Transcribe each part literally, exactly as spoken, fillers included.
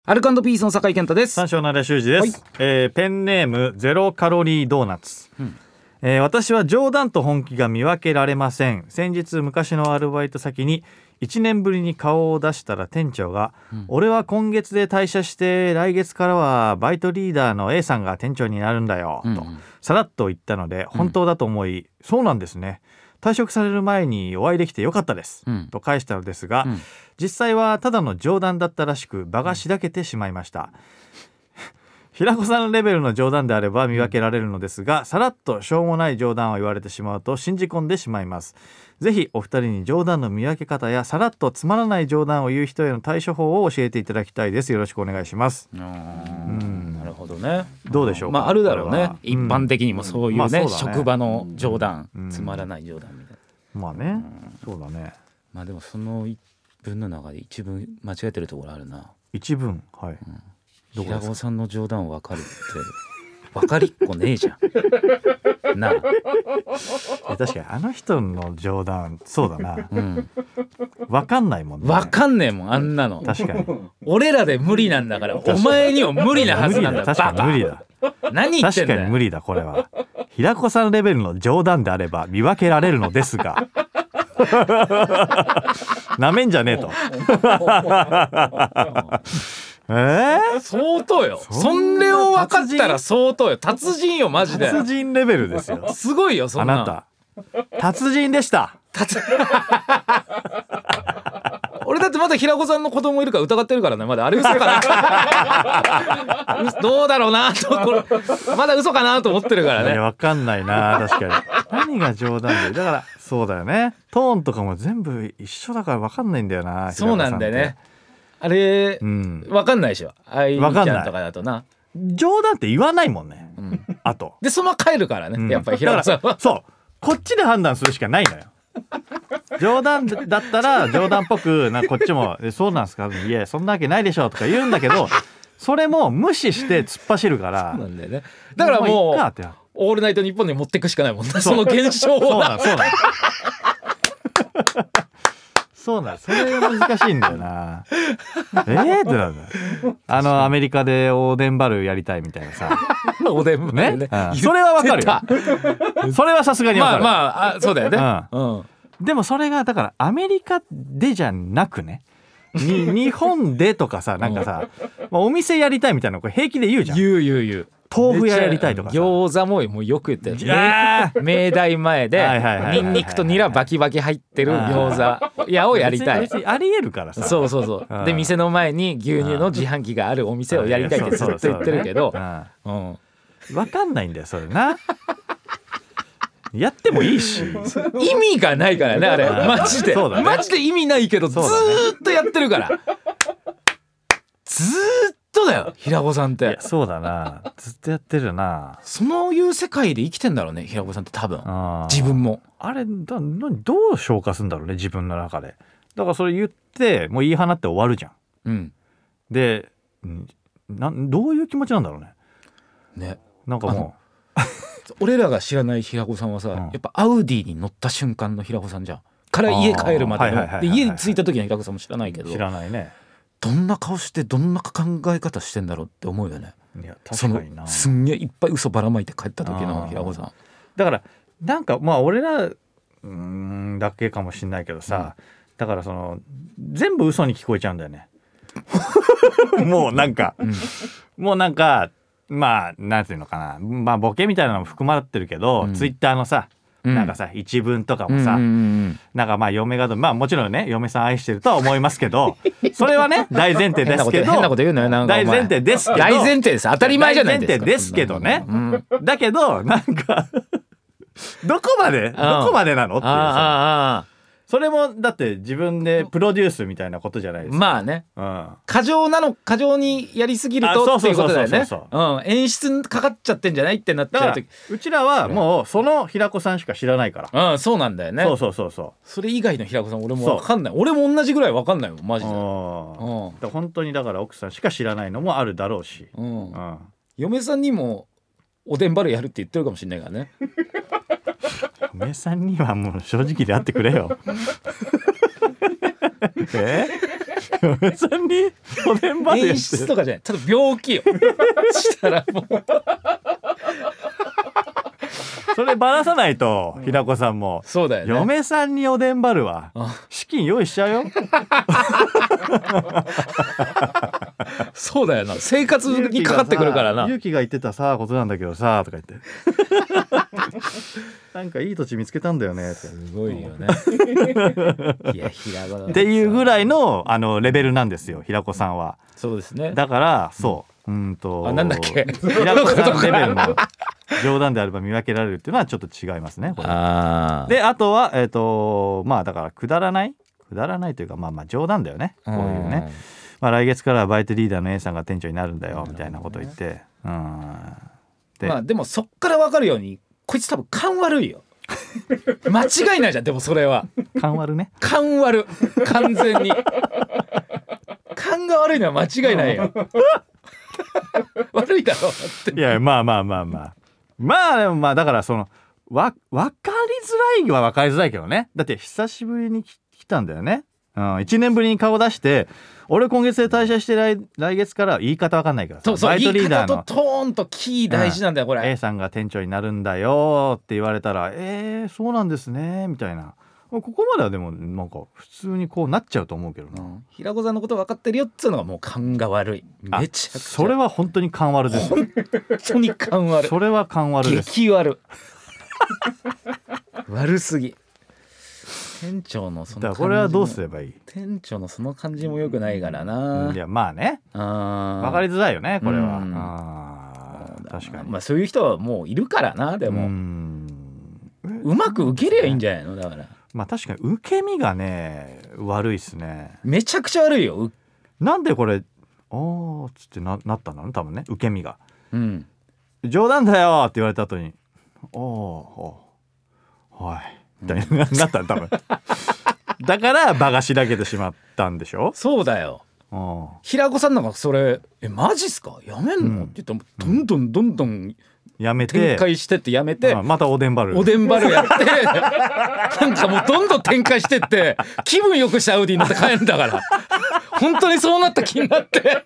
アルコ&ピースの酒井健太です。 三照灘修二です、はい。えー、ペンネームゼロカロリードーナツ、うんえー、私は冗談と本気が見分けられません。先日昔のアルバイト先にいちねんぶりに顔を出したら店長が、うん、俺は今月で退社して来月からはバイトリーダーの A さんが店長になるんだよ、うんうん、とさらっと言ったので本当だと思い、うん、そうなんですね、退職される前にお会いできてよかったです、うん、と返したのですが、うん、実際はただの冗談だったらしく場がしらけてしまいました。平子さんレベルの冗談であれば見分けられるのですが、さらっとしょうもない冗談を言われてしまうと信じ込んでしまいます。ぜひお二人に冗談の見分け方やさらっとつまらない冗談を言う人への対処法を教えていただきたいです。よろしくお願いします。 うん、なるほどね。 どうでしょうか。 まあ、あるだろうね、うん、一般的にもそういう ね,、まあ、そうだね、職場の冗談、うん、つまらない冗談みたいな。 まあね、うん、そうだね。 まあでもその一文の中で一文間違えてるところあるな。 一文、はい、 うん、平子さんの冗談分かるって分かりっこねえじゃんなあ。 確かにあの人の冗談そうだな、うん、分かんないもんね。 分かんねえもんあんなの。 確かに俺らで無理なんだからお前には無理なはずなんだ。 確かに無理だ。 何言ってんだよ。 確かに無理だ。これは平子さんレベルの冗談であれば見分けられるのですがなめんじゃねえとえー、 相当よ。そんれを分かったら相当よ。達人よマジで。 達人レベルですよ。 すごいよそんな。 あなた達人でした。 達俺だってまだ平子さんの子供いるから疑ってるからね。まだあれ嘘かなどうだろうなとこれまだ嘘かなと思ってるからね。 分かんないな確かに。何が冗談でだからそうだよね。トーンとかも全部一緒だから分かんないんだよな。 そうなんだよねあれ、うん、分かんないでしょ。あいちゃんとかだとな冗談って言わないもんね、うん、あとでそのまま帰るからね、うん、やっぱり平子さんはそうこっちで判断するしかないのよ。冗談だったら冗談っぽくなこっちもそうなんですかいやそんなわけないでしょとか言うんだけどそれも無視して突っ走るからそうなんだよね。だからもうオールナイトニッポンに持っていくしかないもんね。その現象をそうなんそうなんそうなんそれが難しいんだよなえーってなんだあのアメリカでおでんバルやりたいみたいなさおでんバルね、 うん、それはわかるよそれはさすがにわかる。 まあまあ、あそうだよね、うんうん、でもそれがだからアメリカでじゃなくねに日本でとかさなんかさ、まあ、お店やりたいみたいなのこれ平気で言うじゃん。 言う言う言う豆腐屋やりたいとかさ餃子ももうよく言ってる明大前でニンニクとニラバキバキ入ってる餃子屋をやりたい。 別にありえるからさ。 そうそうそう。で店の前に牛乳の自販機があるお店をやりたいってずっと言ってるけど分かんないんだよそれなやってもいいし意味がないからねあれマジで、ね、マジで意味ないけどずーっとやってるからずーっとだよ平子さんって。いやそうだなずっとやってるな。 そういう世界で生きてんだろうね平子さんって多分。自分もあれだ何どう消化するんだろうね自分の中で。だからそれ言ってもう言い放って終わるじゃん、うん、でなどういう気持ちなんだろうね。 ねなんかもう俺らが知らない平子さんはさ、うん、やっぱアウディに乗った瞬間の平子さんじゃんから家帰るまでので家に着いた時の平子さんも知らないけど知らないね。 どんな顔してどんな考え方してんだろうって思うよね。 いや確かにな。 すんげえいっぱい嘘ばらまいて帰った時の平子さんだからなんかまあ俺らうーんだけかもしんないけどさ、うん、だからその全部嘘に聞こえちゃうんだよねもうなんか、うん、もうなんかまあなんていうのかなまあボケみたいなのも含まってるけど、うん、ツイッターのさなんかさ、うん、一文とかもさ、うんうんうん、なんかまあ嫁がどまあもちろんね嫁さん愛してるとは思いますけどそれはね大前提ですけど変なこと言うのよなんか大前提ですけど大前提です当たり前じゃないですか。 大前提ですけどね、うん、だけどなんかどこまでどこまでなのっていうさそれもだって自分でプロデュースみたいなことじゃないですか。 まあね、うん、過剰なの過剰にやりすぎるとっていうことだよね。演出かかっちゃってんじゃないってなっちゃうとうちらはもうその平子さんしか知らないから。 うんそうなんだよね。 そうそうそうそうそれ以外の平子さん俺も分かんない。俺も同じぐらい分かんないもんマジで。うん本当にだから奥さんしか知らないのもあるだろうし、うんうん、 嫁さんにもおでんバルやるって言ってるかもしれないからね嫁さんにはもう正直であってくれよえ嫁さんにおでんバレー演出とかじゃない、ただ病気よしたらもうそればらさないと平子さんもそうだよね、 嫁さんにおでんバルは資金用意しちゃうよそうだよな、生活にかかってくるからな。 勇気が言ってたさことなんだけどさとか言ってなんかいい土地見つけたんだよねってすごいよねいや平子っていうぐらいのあのレベルなんですよ平子さんは。 そうですね。 だからそう、うん、うんとあなんだっけ平子さんレベルの冗談であれば見分けられるっていうのはちょっと違いますねこれ。 あであとはえっ、ー、とまあだからくだらないくだらないというかまあまあ冗談だよねこういうね。まあ来月からはバイトリーダーの A さんが店長になるんだよみたいなことを言って、うん。 でまあでもそっから分かるようにこいつ多分勘悪いよ間違いないじゃん。でもそれは勘悪ね、 勘悪完全に勘が悪いのは間違いないよ悪いだろって。 いやまあまあまあまあまあでもまあだからそのわ分かりづらいは分かりづらいけどね。だって久しぶりに来たんだよね、うん、いちねんぶりに顔出して俺今月で退社して 来, 来月から言い方分かんないからさ、 そうそうバイトリーダーの言い方とトーンとキー大事なんだよこれ、 うん、A さんが店長になるんだよって言われたらえー、そうなんですねみたいな、ここまではでもなんか普通にこうなっちゃうと思うけどな、うん、 平子さんのこと分かってるよっつうのがもう勘が悪い。めちゃくちゃそれは本当に勘悪です。 本当に勘悪い。 それは勘悪です。 激悪悪すぎ。店長のその感じも、 これはどうすればいい。 店長のその感じも良くないからな、 うん、いやまあねあ分かりづらいよねこれは、 うん、 あ確かに、 まあそういう人はもういるからな。でもうんうまく受けりゃいいんじゃないの。だからまあ確かに受け身がね悪いっすね。 めちゃくちゃ悪いよ。 なんでこれあーっつって な, なったんだろう多分ね受け身が、 うん、 冗談だよって言われた後におーはいみたいな、うん、なったん多分だから場がしらけてしまったんでしょ。 そうだよ。平子さんなんかそれえマジっすかやめんの、うん、って言ったらどんどんどんどんやめて展開してってやめて、 またおでんバルおでんバルやってなんかもうどんどん展開してって気分よくしたアウディになって帰るんだから本当にそうなった気になって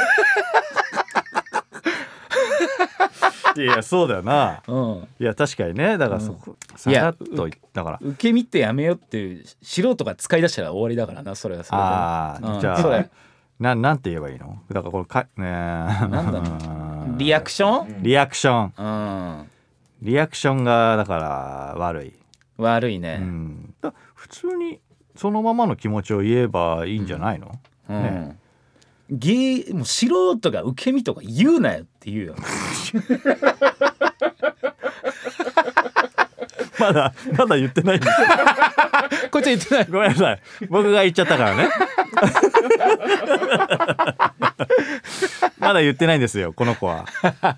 いやそうだよな、うん、いや確かにねだからそこ、うん、さらっとだから受け身ってやめよっていう素人が使い出したら終わりだからなそれはそれで。 あ、うん、じゃあそれななんて言えばいいの。だからこれかねなんだろうリアクションリアクション、 うん、 リアクションがだから悪い悪いね、 うん、だ普通にそのままの気持ちを言えばいいんじゃないの、うんね、 ゲーもう素人が受け身とか言うなよって言うよまだまだ言ってないんですよこいつ言ってない。 ごめんなさい僕が言っちゃったからねまだ言ってないんですよこの子は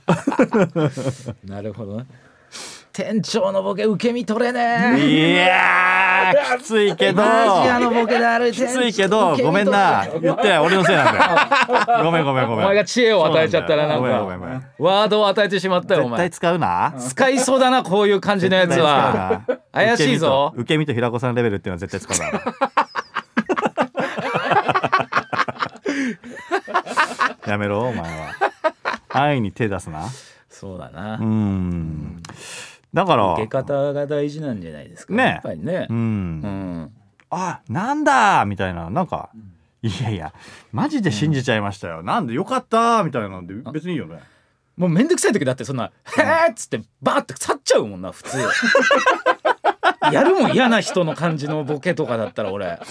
なるほどね。店長のボケ受け身取れねえ。いやーきついけどマジあのボケであるきついけどごめんな言って俺のせいなんだよごめんごめんごめん。 お前が知恵を与えちゃったらなんかごめんごめんごめんワードを与えてしまったよ。お前絶対使うな。 使いそうだなこういう感じのやつは怪しいぞ。 受け身と平子さんレベルっていうのは絶対使うなやめろお前は安易に手出すな。 そうだな。 うん、うんだから受け方が大事なんじゃないですかね。やっぱりね。うん。うん、 あ、なんだみたいななんか、うん、いやいやマジで信じちゃいましたよ。うん、なんでよかったみたいなんで別にいいよね。 もうめんどくさい時だってそんなへーっつってバーって去っちゃうもんな普通。やるも嫌な人の感じのボケとかだったら俺。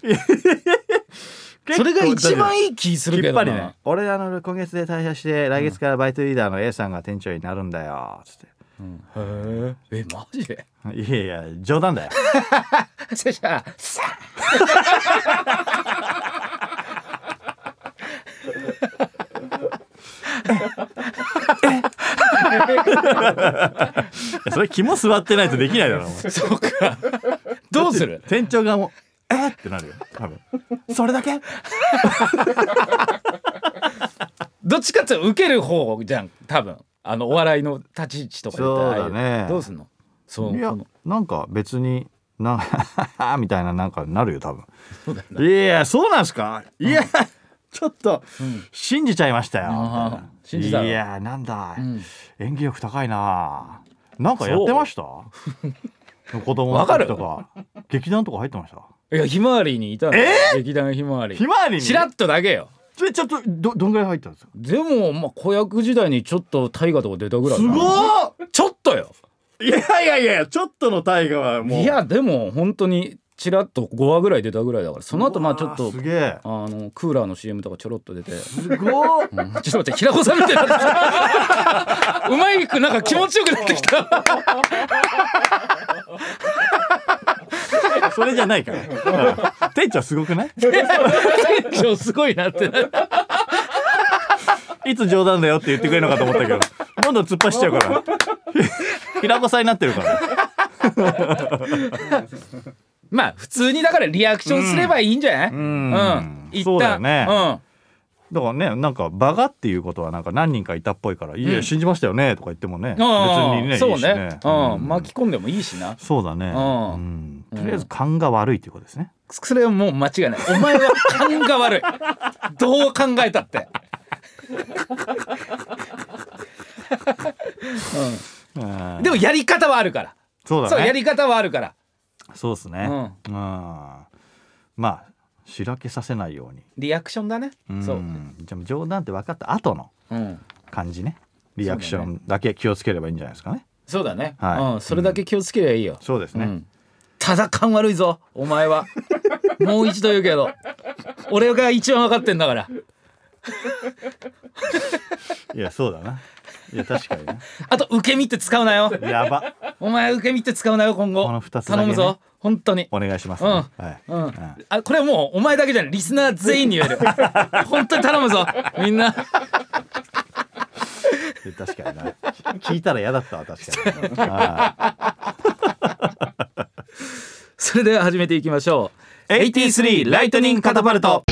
それが一番いい気するけどな。きっぱりね。 俺あの今月で退社して来月からバイトリーダーの A さんが店長になるんだよつって。 うん、へえマジで。 いやいや冗談だよそしたらさそれ肝座ってないとできないだろ。 そうかどうする。 店長側もえってなるよ多分それだけどっちかっていうと受ける方じゃん多分あのお笑いの立ち位置とか言ったら。 そうだね。 どうすんの。そういやなんか別になんかみたいななんかなるよ多分。 そうだよいやそうなんすか、いやちょっと信じちゃいましたよ、 あー信じたのいやなんだ、 うん演技力高いな、なんかやってました子供のわかる時とか劇団とか入ってました？ いやひまわりにいたの、 えー劇団ひまわりひまわりにチラッとだけよ。 えちょっと ど, どんぐらい入ったんですか？ でもまあ子役時代にちょっと大河とか出たぐらいだな。 すごーちょっとよ。 いやいやいやちょっとの大河はもういやでも本当にチラッとごわぐらい出たぐらいだから、その後まあちょっとすげえあのクーラーの シーエム とかちょろっと出て、 すごーうん、ちょっと待って平子さんみたいになってきたうまいくなんか気持ちよくなってきたそれじゃないからうん店長すごくない？ 店長すごいなっていつ冗談だよって言ってくれるのかと思ったけどどんどん突っ走っちゃうから平子さんになってるからまあ普通にだからリアクションすればいいんじゃない？ うんうん一旦そうだよねうんだからねなんかバカっていうことはなんか何人かいたっぽいから「いや信じましたよね」とか言ってもね別にねそういいしね、うんうん巻き込んでもいいしな。 そうだねうんうんとりあえず勘が悪いということですね。 それはもう間違いない。お前は勘が悪いどう考えたって、うん、でもやり方はあるから。 そうだねそうやり方はあるから。 そうですねうんまあしらけさせないようにリアクションだね。 うんそう、 じゃあ冗談って分かった後のうん、 感じねリアクションだけ気をつければいいんじゃないですかね。 そうだね、 はいうん、それだけ気をつければいいよ、 そうですね、 うんただ勘悪いぞお前はもう一度言うけど俺が一番分かってんだから。 いやそうだないや確かにねあと受け身って使うなよやばお前受け身って使うなよ今後。 この二つだけね頼むぞ本当に。 お願いします、ねうんはいうんうんあこれはもうお前だけじゃないリスナー全員に言える本当に頼むぞみんな。 確かにな聞いたら嫌だったわ確かにあそれでは始めていきましょう。 エイティースリーライトニングカタパルト。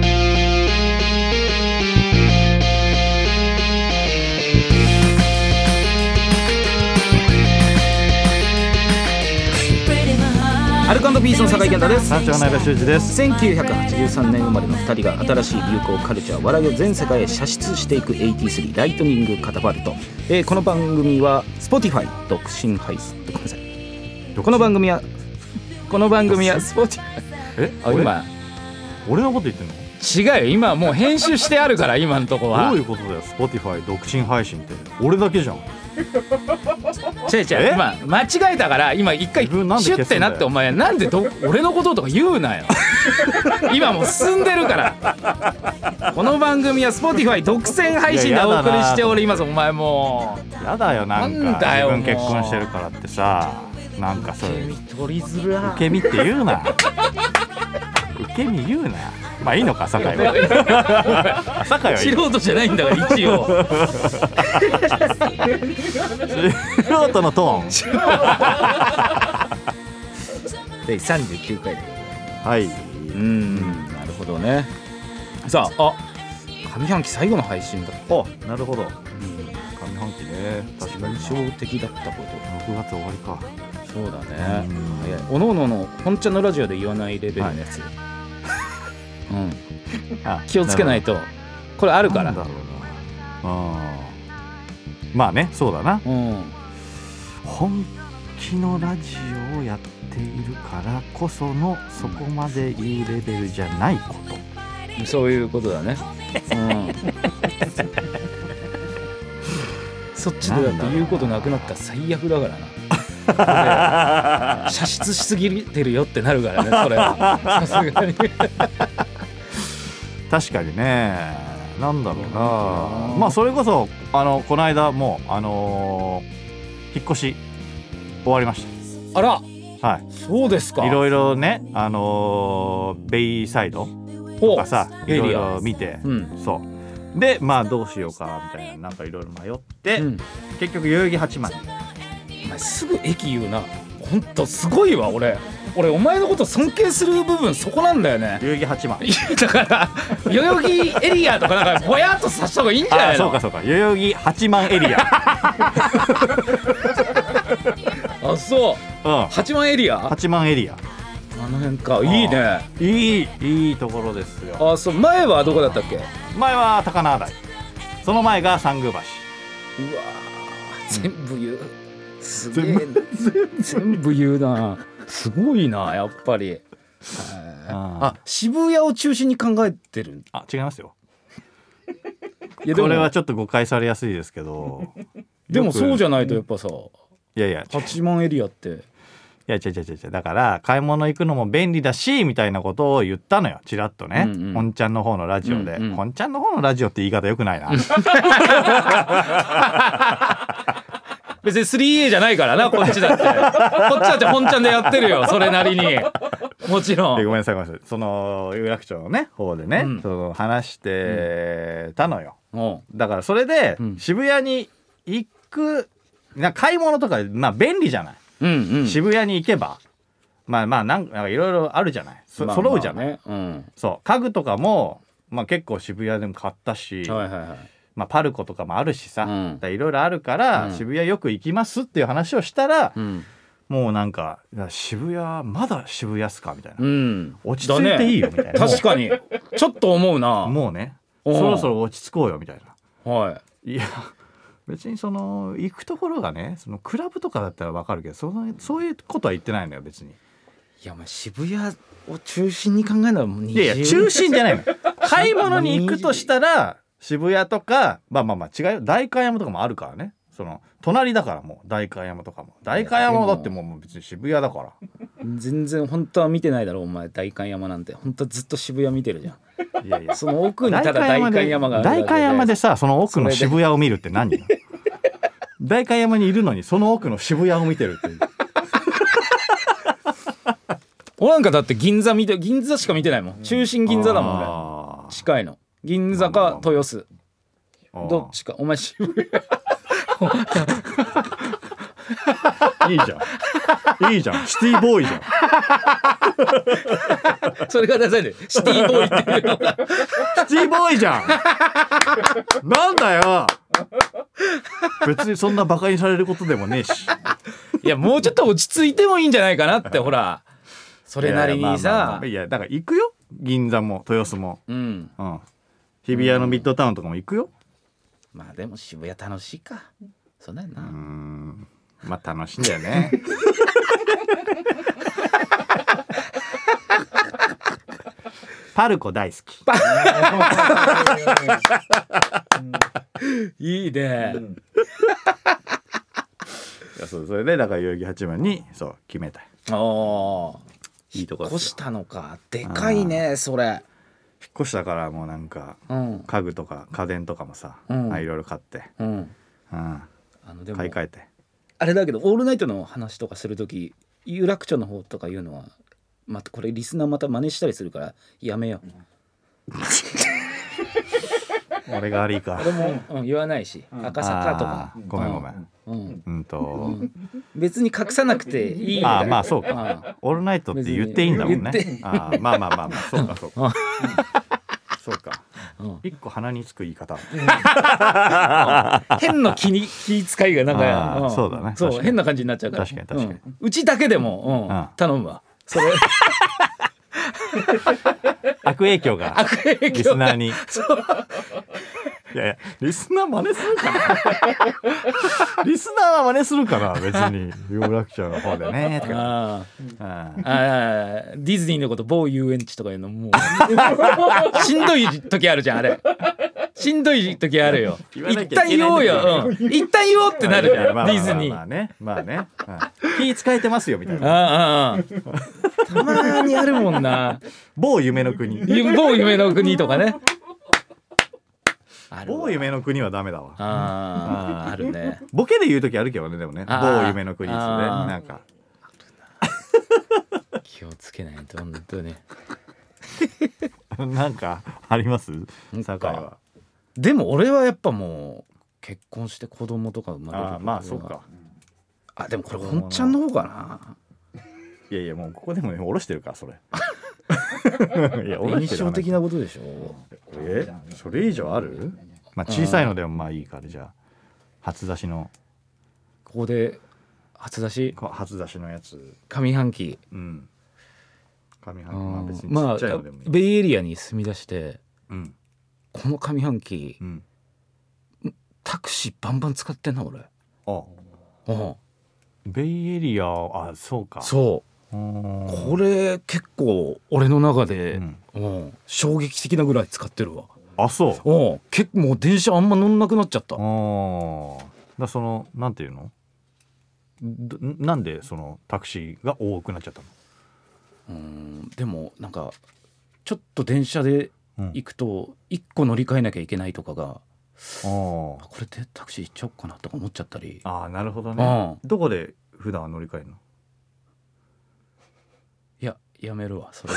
アルコ&ピースの酒井健太です。 山頂内田修司です。 せんきゅうひゃくはちじゅうさんねん生まれのふたりが新しい流行カルチャー笑いを全世界へ射出していくエイティースリーライトニングカタパルト、えー、この番組は Spotify 独身配信ごめんなさいこの番組はこの番組は Spotify えあ今俺のこと言ってんの？ 違うよ今もう編集してあるから今のとこはどういうことだよ Spotify 独身配信って俺だけじゃん。 違う違うえ今間違えたから今一回シ自分なんでュッてなってお前なんでど俺のこととか言うなよ今もう進んでるからこの番組は Spotify 独占配信でお送りしております。お前もやだよなんかなんだよ自分結婚してるからってさなんかそうれ受け身取りづら受け身って言うな受け身言うな。まあいいのか酒井は酒井はいい素人じゃないんだから一応素人のトーンでさんじゅうきゅうかいではいうんなるほどね。さああ上半期最後の配信だった。 おなるほど上半期ね確かに印象的だったころくがつ終わりか。 とそうだねうん早いおのおのの本ちゃんのラジオで言わないレベルのやつ、はいうん、 あ気をつけないとこれあるからなんだろうなあまあねそうだなうん本気のラジオをやっているからこそのそこまで言うレベルじゃないことそういうことだね、うん、そっちでだって言うことなくなったら最悪だからな射出しすぎてるよってなるからねそれはさすがに確かにねなんだろうなまあそれこそあのこの間もうあのー、引っ越し終わりましあらた。はいそうですか。 いろいろねあのー、ベイサイドとかさいろいろ見て、 うん、 そうでまあどうしようかみたいななんかいろいろ迷って、うん、結局代々木八幡にお前すぐ駅言うなほんとすごいわ俺俺お前のこと尊敬する部分そこなんだよね。 代々木八幡だから代々木エリアとかなんかぼやっとさせた方がいいんじゃないの。 あそうかそうか代々木八幡エリアあそそう、 うん、 はちまんエリア、 はちまんエリア、 あの辺か。いいね。 いいいいところですよ。 あ、そう。前はどこだったっけ？ 前は高輪台、その前が三宮橋。 うわー、全部言う、うん、すげえ全部言うな。すごいな、やっぱり。あ、渋谷を中心に考えてる。 あ、違いますよ。 いやでもこれはちょっと誤解されやすいですけどでもそうじゃないとやっぱさ、 いやいやはちまんエリアって、いや違う違う違う、だから買い物行くのも便利だしみたいなことを言ったのよ、ちらっとね、うんうん、本ちゃんの方のラジオで、うんうん、本ちゃんの方のラジオって言い方よくないな別に スリーエー じゃないからな、こっちだってこっちだって本ちゃんでやってるよ、それなりに。もちろん。 ごめんなさいごめんなさい、その有楽町のね方でね、うん、その話してたのよ、うん、だからそれで、うん、渋谷に行くな、買い物とかまあ便利じゃない、うんうん、渋谷に行けばまあまあなんかいろいろあるじゃない、そ、まあまあね、揃うじゃない、うん、そう家具とかも、まあ、結構渋谷でも買ったし、はいはいはい、まあ、パルコとかもあるしさ、いろいろあるから、うん、渋谷よく行きますっていう話をしたら、うん、もうなんか渋谷まだ渋谷っすかみたいな、うん、落ち着いていいよみたいな、ね、 確かにちょっと思うな、 もうねそろそろ落ち着こうよみたいな、 はい、 いや別にその行くところがね、そのクラブとかだったら分かるけど、そのそういうことは言ってないのよ別に。 いや、まあ渋谷を中心に考えるのはもうにじゅう、 いやいや中心じゃないの買い物に行くとしたら渋谷とか、まあまあまあ違うよ、代官山とかもあるからね、その隣だから、もう代官山とかも、代官山だってもう別に渋谷だから。 全然本当は見てないだろお前、代官山なんて。本当はずっと渋谷見てるじゃん。いやいや、その奥にただ代官山があるだけで、 代官山でさ、その奥の渋谷を見るって何よ代官山にいるのにその奥の渋谷を見てるっていう俺なんかだって銀座見て、銀座しか見てないもん、中心銀座だもん俺、近いの銀座か豊洲、どっちか。お前渋谷いいじゃんいいじゃん、シティボーイじゃんそれがダサいね、シティボーイっていうのがシティボーイじゃんなんだよ、別にそんなバカにされることでもねえしいや、もうちょっと落ち着いてもいいんじゃないかなってほら、それなりにさ、いや、まあまあまあ、 いやだから行くよ、銀座も豊洲も、うんうん、日比谷のミッドタウンとかも行くよ、 うん、まあでも渋谷楽しいか、そうだよな。うーん、まあ楽しいんだよねパルコ大好きいいね、うん、いや、そう、それでだから代々木八幡にそう決めたい。ああ、いいとこですよ。引っ越したのか、でかいねそれ。引っ越したからもうなんか、うん、家具とか家電とかもさ、うん、あいろいろ買って、うんうん、あのでも買い替えて、 あれだけどオールナイトの話とかするとき有楽町の方とかいうのはまたこれリスナーまた真似したりするからやめよう俺が悪いか。 俺も、うん、言わないし、うん、赤坂とかごめんごめん、うんうんとうん、別に隠さなくていいみたいな。 あ、まあそうか、オールナイトって言っていいんだもんね。あ、まあまあまあまあ、そうかそうか、うん、そうか、うん、一個鼻につく言い方、うん、 変な気に気遣いがなんか、 うん、そうだね、 そう変な感じになっちゃうから。 確かに確かに、 うん、うちだけでも、うんうん、頼むわそれ悪影響が悪影響リスナーに。いやいや、リスナー真似するかなリスナーは真似するかな、別に有楽町の方でねとか。あああ、ディズニーのこと某遊園地とかいうのもうしんどい時あるじゃん、あれしんどい時あるよ。一旦言おうよ、うん、一旦言おうってなるじゃん、ディズニー。 まあね、まあね、気使えてますよみたいな。 ああ、たまにあるもんな某夢の国某夢の国とかね。 某夢の国はダメだわ。 ああ、あるね。 ボケで言う時あるけどね、でもね、某夢の国ですね、なんか気をつけないと本当になんかあります酒井は。 でも俺はやっぱもう結婚して子供とか生まれる。 あ、まあそうか。 あ、でもこれ本ちゃんの方かな。 いやいや、もうここでも下ろしてるからそれいや、印象的なことでしょ。 え、それ以上ある？まあ小さいのでもまあいいから、じゃあ初出しのここで初出し初出しのやつ上半期、 うん上半期まあ別にちまあっちゃいのでもいい、 ベイエリアに住み出して、 うん、 この上半期、 うん、 タクシーバンバン使ってんな俺。 ああベイエリアあそうかそうこれ結構俺の中で、うん、衝撃的なぐらい使ってるわ。 あそう結構もう電車あんま乗んなくなっちゃった。あだそのなんていうのなんでそのタクシーが多くなっちゃったの。 うんでもなんかちょっと電車で行くといっこ乗り換えなきゃいけないとかが、うん、これでタクシー行っちゃおうかなとか思っちゃったり。 ああなるほどね。どこで普段は乗り換えるの。 いややめるわそれ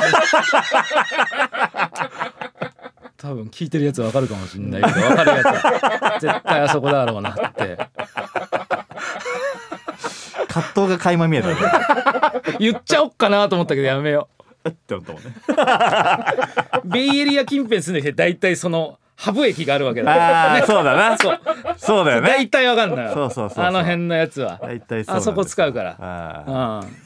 多分聞いてるやつわかるかもしんないけどわかるやつ絶対あそこだろうなって葛藤が垣間見えた、ね、 言っちゃおっかなと思ったけどやめようって思ったもんねベイエリア近辺住んでて大体そのハブ駅があるわけだあ、ね、そうだなそうそうだよね大体わかんない。 そうそうそうそうあの辺のやつは大体そうあそこ使うからああ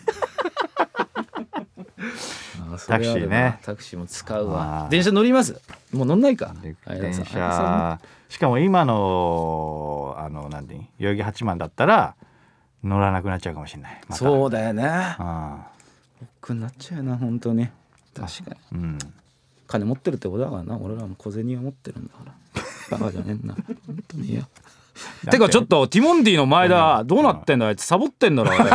タクシーね。 タクシーも使うわ。電車乗ります？もう乗んないか。 電車しかも今のあのなんで代々木八幡だったら乗らなくなっちゃうかもしれない、ま、 そうだよね。億になっちゃうな本当に。確かに、うん、金持ってるってことだからな。俺らも小銭は持ってるんだからバカじゃねえんな本当に。いやてかちょっとティモンディの前田、うん、どうなってんだあいつサボってんだろあ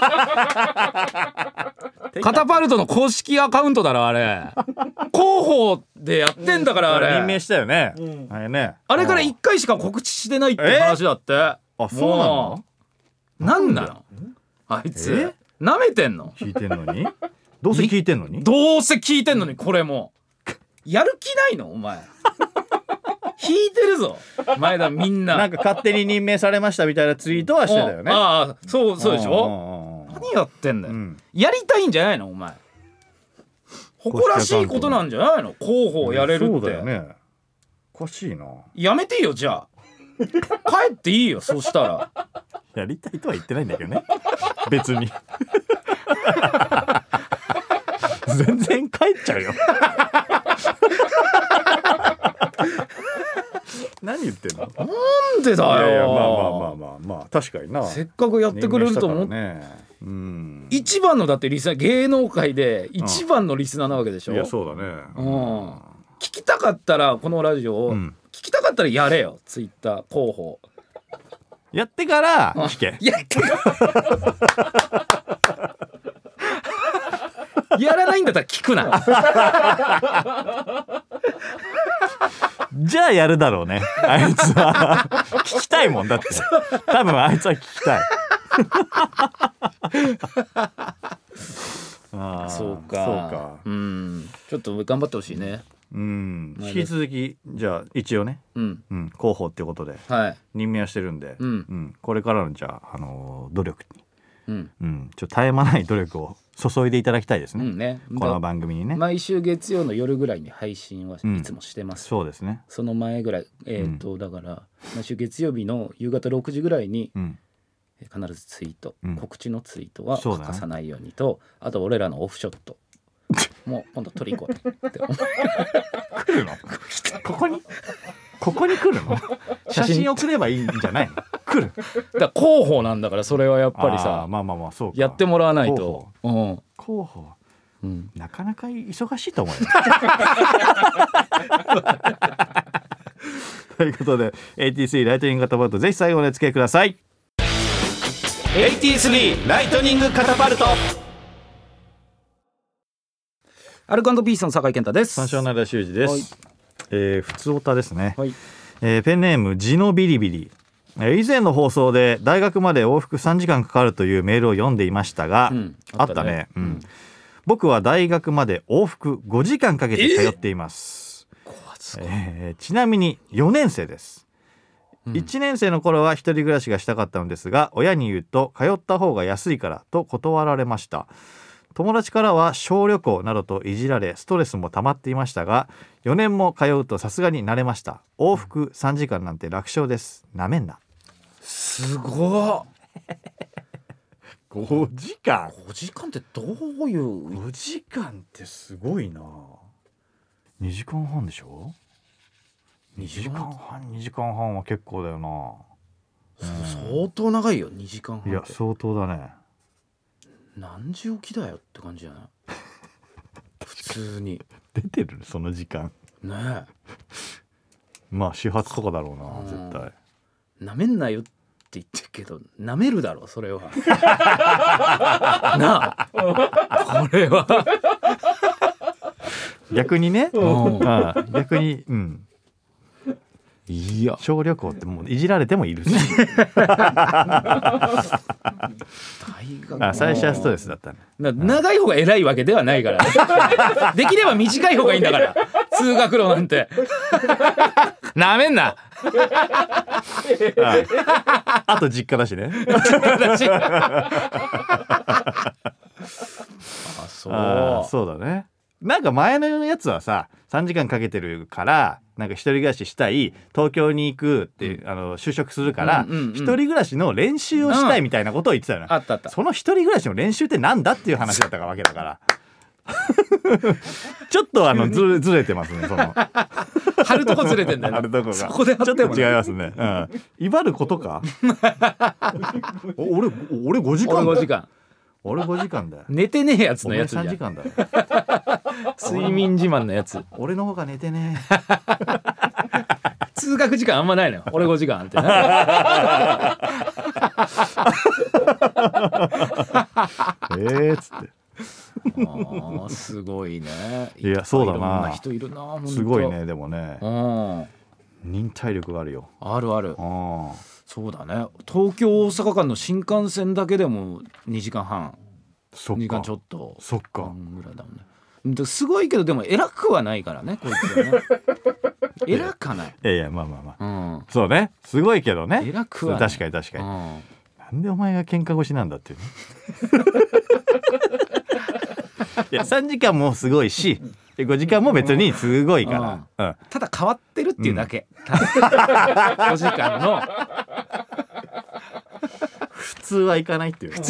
れカタパルトの公式アカウントだろあれ広報でやってんだからあれ、 任命したよね、うん、あれねあれからいっかいしか告知してないって話だって。あそうなの。 なんなのあいつなめてんの。 聞いてんのにどうせ聞いてんのにどうせ聞いてんのにこれもやる気ないのお前引いてるぞ前田みんななんか勝手に任命されましたみたいなツイートはしてたよね。 ああそうそうでしょ。何やってんだよ、うん、やりたいんじゃないのお前。誇らしいことなんじゃないの広報やれるって、うん、そうだよね。 おかしいな。 やめてよじゃあ帰っていいよそしたら。 やりたいとは言ってないんだけどね別に全然帰っちゃうよ何言ってんの。 なんでだよ。いやいやまあまあまあまあまあ確かにな。 せっかくやってくれると思って、ね、うん、一番のだってリスナー芸能界で一番のリスナーなわけでしょ、 うん、いやそうだね、 うん、聞きたかったらこのラジオを、うん、聞きたかったらやれよツイッター広報やってから聞け。 やってからやらないんだったら聞くなじゃあやるだろうねあいつは聞きたいもんだって多分あいつは聞きたいあそうかそうか、 うん、ちょっと頑張ってほしいね。 うん、引き続きじゃあ一応ね、うんうん、広報っていうことで任命はしてるんで、うんうん、これからのじゃあ、あのー、努力に、うんうん、ちょっと絶え間ない努力を注いでいただきたいですね、うんね、この番組にね。 毎週月曜の夜ぐらいに配信はいつもしてます、 うん、そうですね。 その前ぐらい、えーとうん、だから毎週月曜日の夕方ろくじぐらいに、うん、必ずツイート、うん、告知のツイートは欠かさないようにと、ね、あと俺らのオフショットもう今度取り行こうって来るのここにここに来るの写真送ればいいんじゃないの来るだから広報なんだからそれはやっぱりさまあまあまあそうかやってもらわないと広報、うん、広報、うん、なかなか忙しいと思うよということで エイティースリー ライトニングカタパルトぜひ最後までお付き合いください。 エイティースリー ライトニングカタパルトアルコ&ピースの酒井健太です。 三照灘修二です、はい。えー、ふつおたですね、はい。えー、ペンネームジノビリビリ、えー、以前の放送で大学まで往復さんじかんかかるというメールを読んでいましたが、うん、あったね、あったね、うんうん、僕は大学まで往復ごじかんかけて通っています、えー、ちなみによねん生です、うん、いちねん生の頃は一人暮らしがしたかったのですが親に言うと通った方が安いからと断られました。友達からは小旅行などといじられストレスも溜まっていましたがよねんも通うとさすがに慣れました。往復さんじかんなんて楽勝です。なめんな。 すごごじかんごじかんってどういう。 ごじかんってすごいな。にじかんはんでしょ。にじかんはんにじかんはんは結構だよな、 うん、相当長いよにじかんはんって。 いや相当だね。 何時起きだよって感じじゃない普通に出てるその時間ねえ。 まあ始発とかだろうな、絶対。 なめんなよって言ってるけど、なめるだろそれはなあこれは逆にね、ああ逆に、うん、 いや小旅行ってもういじられてもいるしあ、最初はストレスだったね。 な長い方が偉いわけではないからねできれば短い方がいいんだから通学路なんてなめんなあ, あと実家だしねあそうあそうだね。なんか前のやつはささんじかんかけてるからなんか一人暮らししたい東京に行くって、うん、あの就職するから、うんうんうん、一人暮らしの練習をしたいみたいなことを言ってたよね、 うん、あったあった。 その一人暮らしの練習ってなんだっていう話だったわけだからちょっとあの ず, ずれてますね。その貼るとこずれてんだよ、ね、 貼るとこがそこで貼っても、ね、 ちょっと違いますね、うん、威張ることか俺俺ごじかんだ。 俺ごじかん俺ごじかんだよ。 寝てねえやつのやつじゃん。 さんじかんだよ睡眠自慢のやつ。 俺の方が寝てね通学時間あんまないのよ俺ごじかんってなえーっつってあすごいね。 いやそうだな、いろんな人いるな。 すごいね。でもね忍耐力があるよ。 あるある。あそうだね。東京大阪間の新幹線だけでもにじかんはん。そっかにじかんちょっと。 そっかぐらいだもんね。すごいけどでも偉くはないからねこいつはね偉かない。 いやいやまあまあまあ、うん、そうねすごいけどね偉くはない。 確かに確かに、うん、なんでお前が喧嘩腰なんだっていうねいやさんじかんもすごいしごじかんも別にすごいから、うんうん、 ただ変わってるっていうだけ、うん、ごじかんの普通はいかないっていう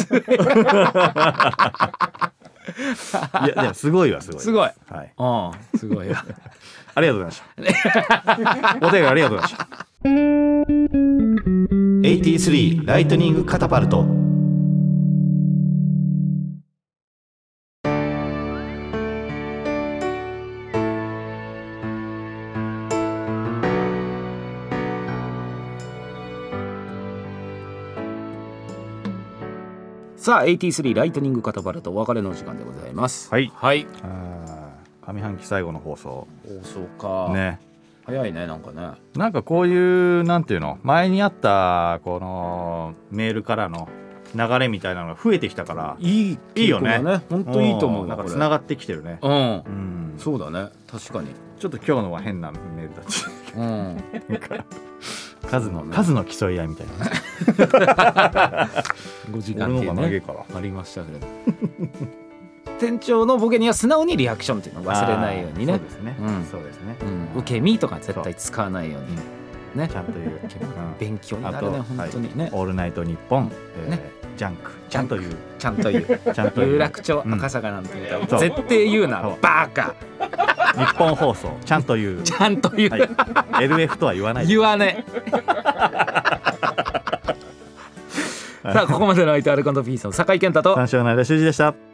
いやでもすごいわすごいすごい、 はい、 ああすごいわありがとうございましたお手紙ありがとうございましたエイティースリーライトニングカタパルト。 さあ エイティースリーライトニングカタパルトお別れの時間でございます。 はい、 はい、 あ上半期最後の放送放送かね。 早いねなんかね。 なんかこういうなんていうの前にあったこのメールからの流れみたいなのが増えてきたからいい、 いいよね。 本当いいと思う。 なんかつながってきてるね。 うん、うん、そうだね確かに。 ちょっと今日のは変なメールだし、うん、なんか数の、ね、数の競い合いみたいなごじかんっていうねありましたけど店長のボケには素直にリアクションっていうのを忘れないようにね。 そうですね、うん、そうですね、 うん、受け身とか絶対使わないようにね、 ちゃんと言う、 勉強になるね本当にね、はい、 オールナイトニッポン、えーね、ジャンクちゃんと言うちゃんと言うちゃんと有楽町赤坂なんて言うと、うん、絶対言うなバカ日本放送ちゃんと言うちゃんと言う、 はい、エルエフ とは言わない言わねさあここまでの相手アルコ&ピースの酒井健太と三四郎の間修二でした。